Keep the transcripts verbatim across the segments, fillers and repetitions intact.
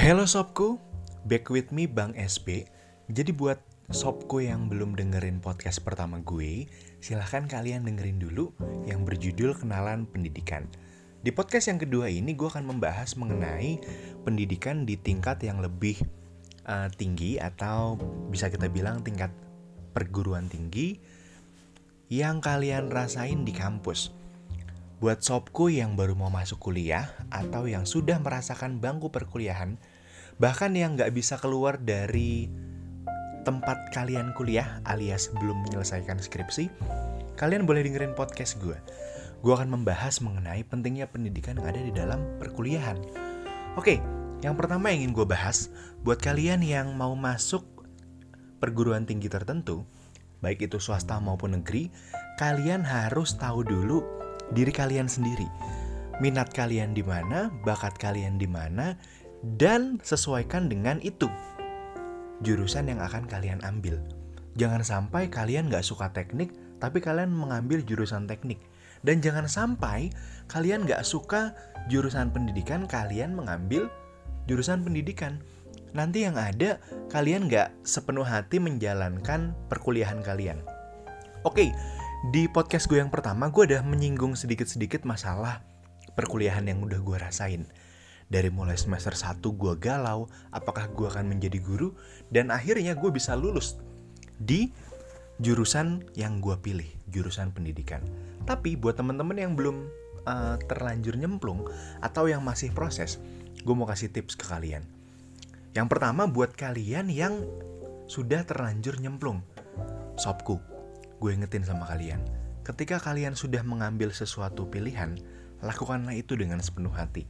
Hello sobku, back with me Bang S B. Jadi buat sobku yang belum dengerin podcast pertama gue, silahkan kalian dengerin dulu yang berjudul Kenalan Pendidikan. Di podcast yang kedua ini gue akan membahas mengenai pendidikan di tingkat yang lebih uh, tinggi atau bisa kita bilang tingkat perguruan tinggi yang kalian rasain di kampus. Buat sobku yang baru mau masuk kuliah atau yang sudah merasakan bangku perkuliahan, bahkan yang gak bisa keluar dari tempat kalian kuliah alias belum menyelesaikan skripsi, kalian boleh dengerin podcast gue. Gue akan membahas mengenai pentingnya pendidikan yang ada di dalam perkuliahan. Oke, yang pertama yang ingin gue bahas, buat kalian yang mau masuk perguruan tinggi tertentu, baik itu swasta maupun negeri, kalian harus tahu dulu diri kalian sendiri. Minat kalian di mana, bakat kalian di mana, dan sesuaikan dengan itu jurusan yang akan kalian ambil. Jangan sampai kalian gak suka teknik, tapi kalian mengambil jurusan teknik. Dan jangan sampai kalian gak suka jurusan pendidikan, kalian mengambil jurusan pendidikan. Nanti yang ada, kalian gak sepenuh hati menjalankan perkuliahan kalian. Oke, di podcast gue yang pertama, gue udah menyinggung sedikit-sedikit masalah perkuliahan yang udah gue rasain. Dari mulai semester satu gue galau, apakah gue akan menjadi guru, dan akhirnya gue bisa lulus di jurusan yang gue pilih, jurusan pendidikan. Tapi buat teman-teman yang belum uh, terlanjur nyemplung atau yang masih proses, gue mau kasih tips ke kalian. Yang pertama buat kalian yang sudah terlanjur nyemplung, sobku, gue ingetin sama kalian, ketika kalian sudah mengambil sesuatu pilihan, lakukanlah itu dengan sepenuh hati.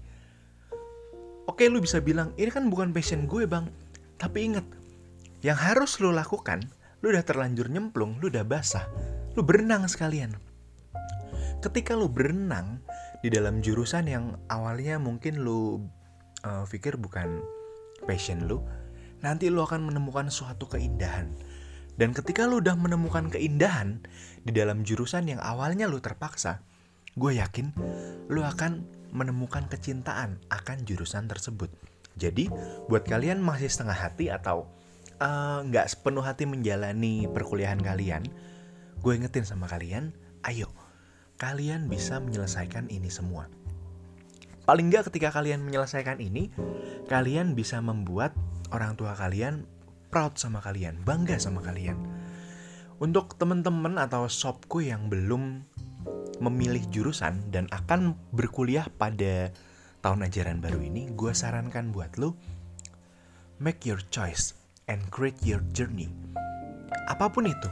Oke, lu bisa bilang, ini kan bukan passion gue bang. Tapi ingat, yang harus lu lakukan, lu udah terlanjur nyemplung, lu udah basah, lu berenang sekalian. Ketika lu berenang di dalam jurusan yang awalnya mungkin lu uh, pikir bukan passion lu, nanti lu akan menemukan suatu keindahan. Dan ketika lu udah menemukan keindahan di dalam jurusan yang awalnya lu terpaksa, gue yakin lu akan menemukan kecintaan akan jurusan tersebut. Jadi buat kalian masih setengah hati atau uh, gak sepenuh hati menjalani perkuliahan kalian, gue ingetin sama kalian, ayo, kalian bisa menyelesaikan ini semua. Paling gak ketika kalian menyelesaikan ini, kalian bisa membuat orang tua kalian proud sama kalian, bangga sama kalian. Untuk teman-teman atau sobku yang belum memilih jurusan dan akan berkuliah pada tahun ajaran baru ini, gue sarankan buat lu, make your choice and create your journey. Apapun itu,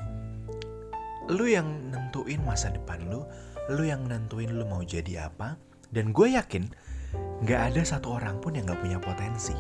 lu yang nentuin masa depan lu, lu yang nentuin lu mau jadi apa, dan gue yakin gak ada satu orang pun yang gak punya potensi.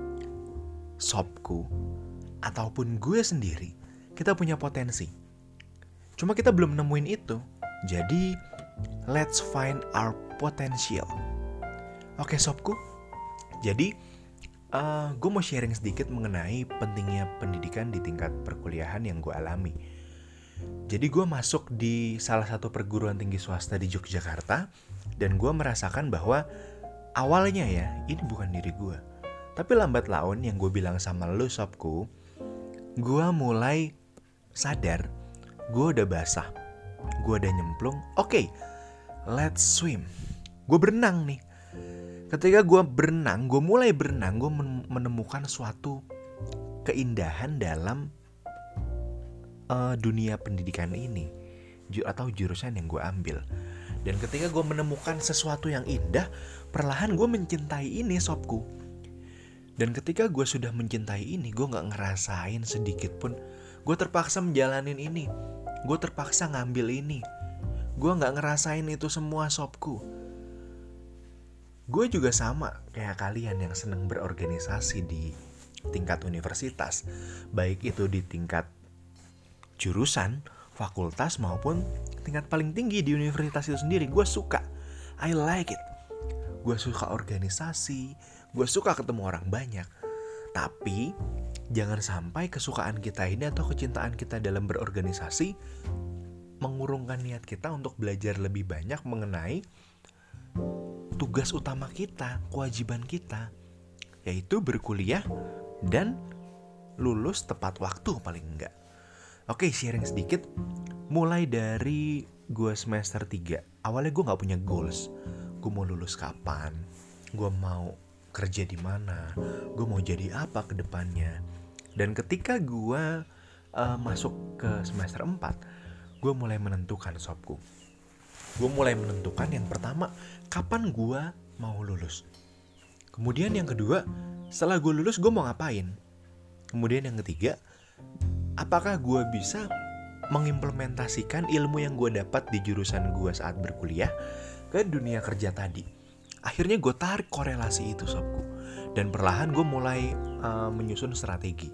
Sobku ataupun gue sendiri, kita punya potensi. Cuma kita belum nemuin itu. Jadi, let's find our potential. Oke sobku, jadi uh, gue mau sharing sedikit mengenai pentingnya pendidikan di tingkat perkuliahan yang gue alami. Jadi gue masuk di salah satu perguruan tinggi swasta di Yogyakarta, dan gue merasakan bahwa awalnya ya, ini bukan diri gue. Tapi lambat laun yang gue bilang sama lu sobku, gue mulai sadar, gue udah basah, gue udah nyemplung, oke, okay, let's swim. Gue berenang nih. Ketika gue berenang, gue mulai berenang, gue menemukan suatu keindahan dalam uh, dunia pendidikan ini, atau jurusan yang gue ambil. Dan ketika gue menemukan sesuatu yang indah, perlahan gue mencintai ini sobku. Dan ketika gue sudah mencintai ini, gue gak ngerasain sedikit pun gue terpaksa menjalanin ini, gue terpaksa ngambil ini, gue gak ngerasain itu semua sobku. Gue juga sama kayak kalian yang seneng berorganisasi di tingkat universitas, baik itu di tingkat jurusan, fakultas, maupun tingkat paling tinggi di universitas itu sendiri. Gue suka, I like it. Gue suka organisasi, gue suka ketemu orang banyak. Tapi jangan sampai kesukaan kita ini atau kecintaan kita dalam berorganisasi mengurungkan niat kita untuk belajar lebih banyak mengenai tugas utama kita, kewajiban kita, yaitu berkuliah dan lulus tepat waktu paling enggak. Oke, sharing sedikit. Mulai dari gue semester tiga, awalnya gue gak punya goals. Gue mau lulus kapan, gue mau kerja di mana, gue mau jadi apa ke depannya. Dan ketika gue uh, masuk ke semester empat, gue mulai menentukan sobku. Gue mulai menentukan yang pertama, kapan gue mau lulus. Kemudian yang kedua, setelah gue lulus gue mau ngapain. Kemudian yang ketiga, apakah gue bisa mengimplementasikan ilmu yang gue dapat di jurusan gue saat berkuliah ke dunia kerja tadi. Akhirnya gue tarik korelasi itu sobku. Dan perlahan gue mulai uh, menyusun strategi.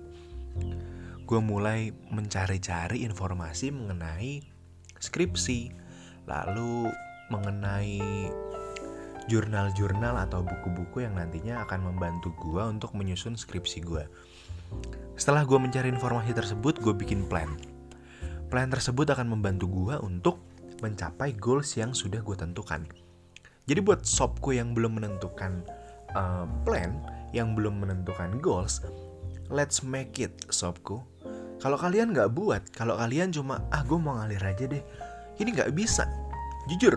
Gue mulai mencari-cari informasi mengenai skripsi, lalu mengenai jurnal-jurnal atau buku-buku yang nantinya akan membantu gue untuk menyusun skripsi gue. Setelah gue mencari informasi tersebut, gue bikin plan. Plan tersebut akan membantu gue untuk mencapai goals yang sudah gue tentukan. Jadi buat sobku yang belum menentukan uh, plan, yang belum menentukan goals, let's make it sobku. Kalau kalian gak buat, kalau kalian cuma, ah gue mau ngalir aja deh, ini gak bisa. Jujur,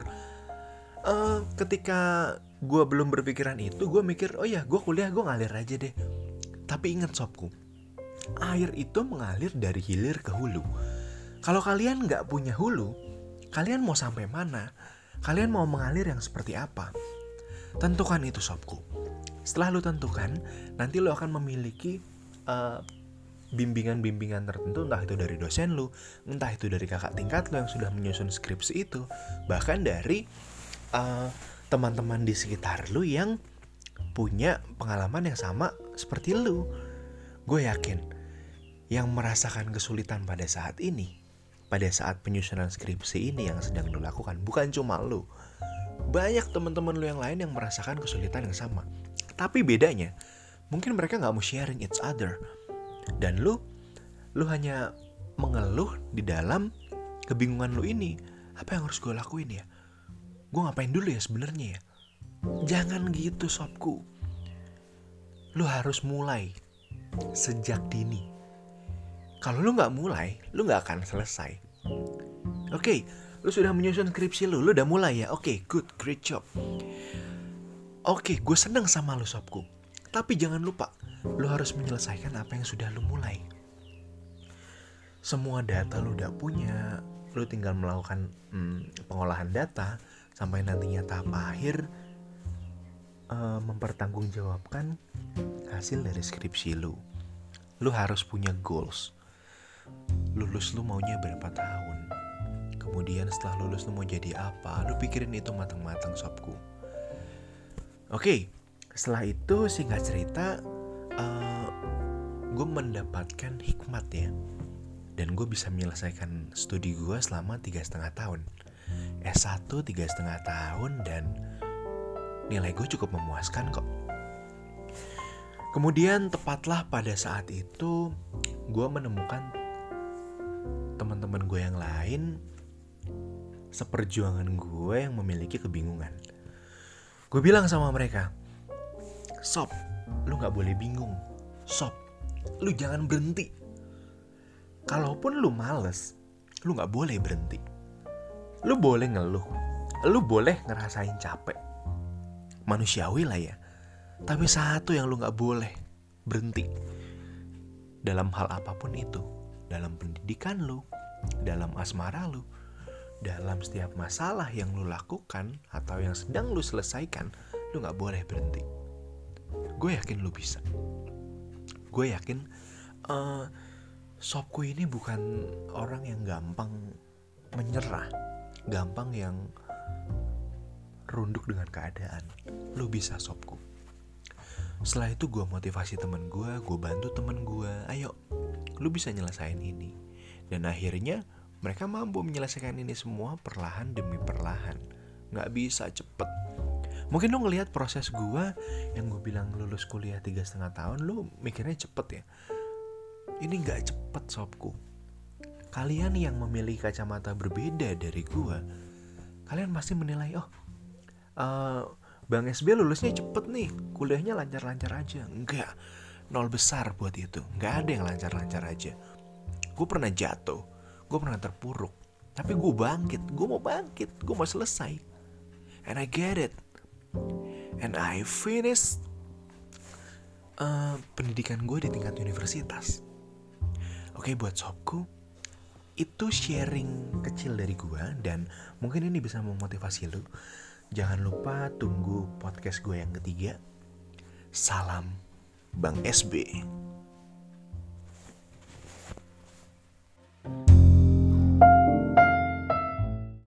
uh, ketika gue belum berpikiran itu, gue mikir, oh ya gue kuliah gue ngalir aja deh. Tapi ingat sobku, air itu mengalir dari hilir ke hulu. Kalau kalian gak punya hulu, kalian mau sampai mana? Kalian mau mengalir yang seperti apa? Tentukan itu sobku. Setelah lu tentukan, nanti lu akan memiliki uh, bimbingan-bimbingan tertentu, entah itu dari dosen lu, entah itu dari kakak tingkat lu yang sudah menyusun skripsi itu, bahkan dari uh, teman-teman di sekitar lu yang punya pengalaman yang sama seperti lu. Gue yakin yang merasakan kesulitan pada saat ini, pada saat penyusunan skripsi ini yang sedang lu lakukan, bukan cuma lu. Banyak teman-teman lu yang lain yang merasakan kesulitan yang sama. Tapi bedanya, mungkin mereka gak mau sharing each other. Dan lu, lu hanya mengeluh di dalam kebingungan lu ini. Apa yang harus gue lakuin ya? Gue ngapain dulu ya sebenarnya ya? Jangan gitu sobku. Lu harus mulai sejak dini. Kalau lu gak mulai, lu gak akan selesai. Oke, okay, lu sudah menyusun skripsi lu, lu udah mulai ya? Oke, okay, good, great job. Oke, okay, gue seneng sama lu sobku. Tapi jangan lupa, lu harus menyelesaikan apa yang sudah lu mulai. Semua data lu udah punya, lu tinggal melakukan hmm, pengolahan data sampai nantinya tahap akhir uh, mempertanggungjawabkan hasil dari skripsi lu. Lu harus punya goals. Lulus lu maunya berapa tahun? Kemudian setelah lulus lu mau jadi apa? Lu pikirin itu matang-matang sobku. Oke, setelah itu singkat cerita, uh, gue mendapatkan hikmat ya. Dan gue bisa menyelesaikan studi gue selama tiga setengah tahun. S satu tiga setengah tahun dan nilai gue cukup memuaskan kok. Kemudian tepatlah pada saat itu gue menemukan teman-teman gue yang lain seperjuangan gue yang memiliki kebingungan. Gue bilang sama mereka, sob, lu gak boleh bingung. Sob, lu jangan berhenti. Kalaupun lu males, lu gak boleh berhenti. Lu boleh ngeluh, lu boleh ngerasain capek. Manusiawi lah ya. Tapi satu yang lu gak boleh, berhenti. Dalam hal apapun itu. Dalam pendidikan lu, dalam asmara lu, dalam setiap masalah yang lu lakukan atau yang sedang lu selesaikan, lu gak boleh berhenti. Gue yakin lu bisa. Gue yakin uh, sobku ini bukan orang yang gampang menyerah, gampang yang runduk dengan keadaan. Lu bisa sobku. Setelah itu gue motivasi temen gue, gue bantu temen gue, ayo lu bisa nyelesain ini. Dan akhirnya mereka mampu menyelesaikan ini semua perlahan demi perlahan. Gak bisa cepet. Mungkin lu ngelihat proses gue yang gue bilang lulus kuliah tiga setengah tahun, lu mikirnya cepet ya. Ini gak cepet sobku. Kalian yang memiliki kacamata berbeda dari gue, kalian pasti menilai, oh uh, Bang S B lulusnya cepet nih, kuliahnya lancar-lancar aja. Enggak, nol besar buat itu. Enggak ada yang lancar-lancar aja. Gue pernah jatuh, gue pernah terpuruk, tapi gue bangkit, gue mau bangkit, gue mau selesai. And I get it. And I finish uh, pendidikan gue di tingkat universitas. Oke, buat sobku, itu sharing kecil dari gue, dan mungkin ini bisa memotivasi lu. Jangan lupa tunggu podcast gue yang ketiga. Salam Bang S B.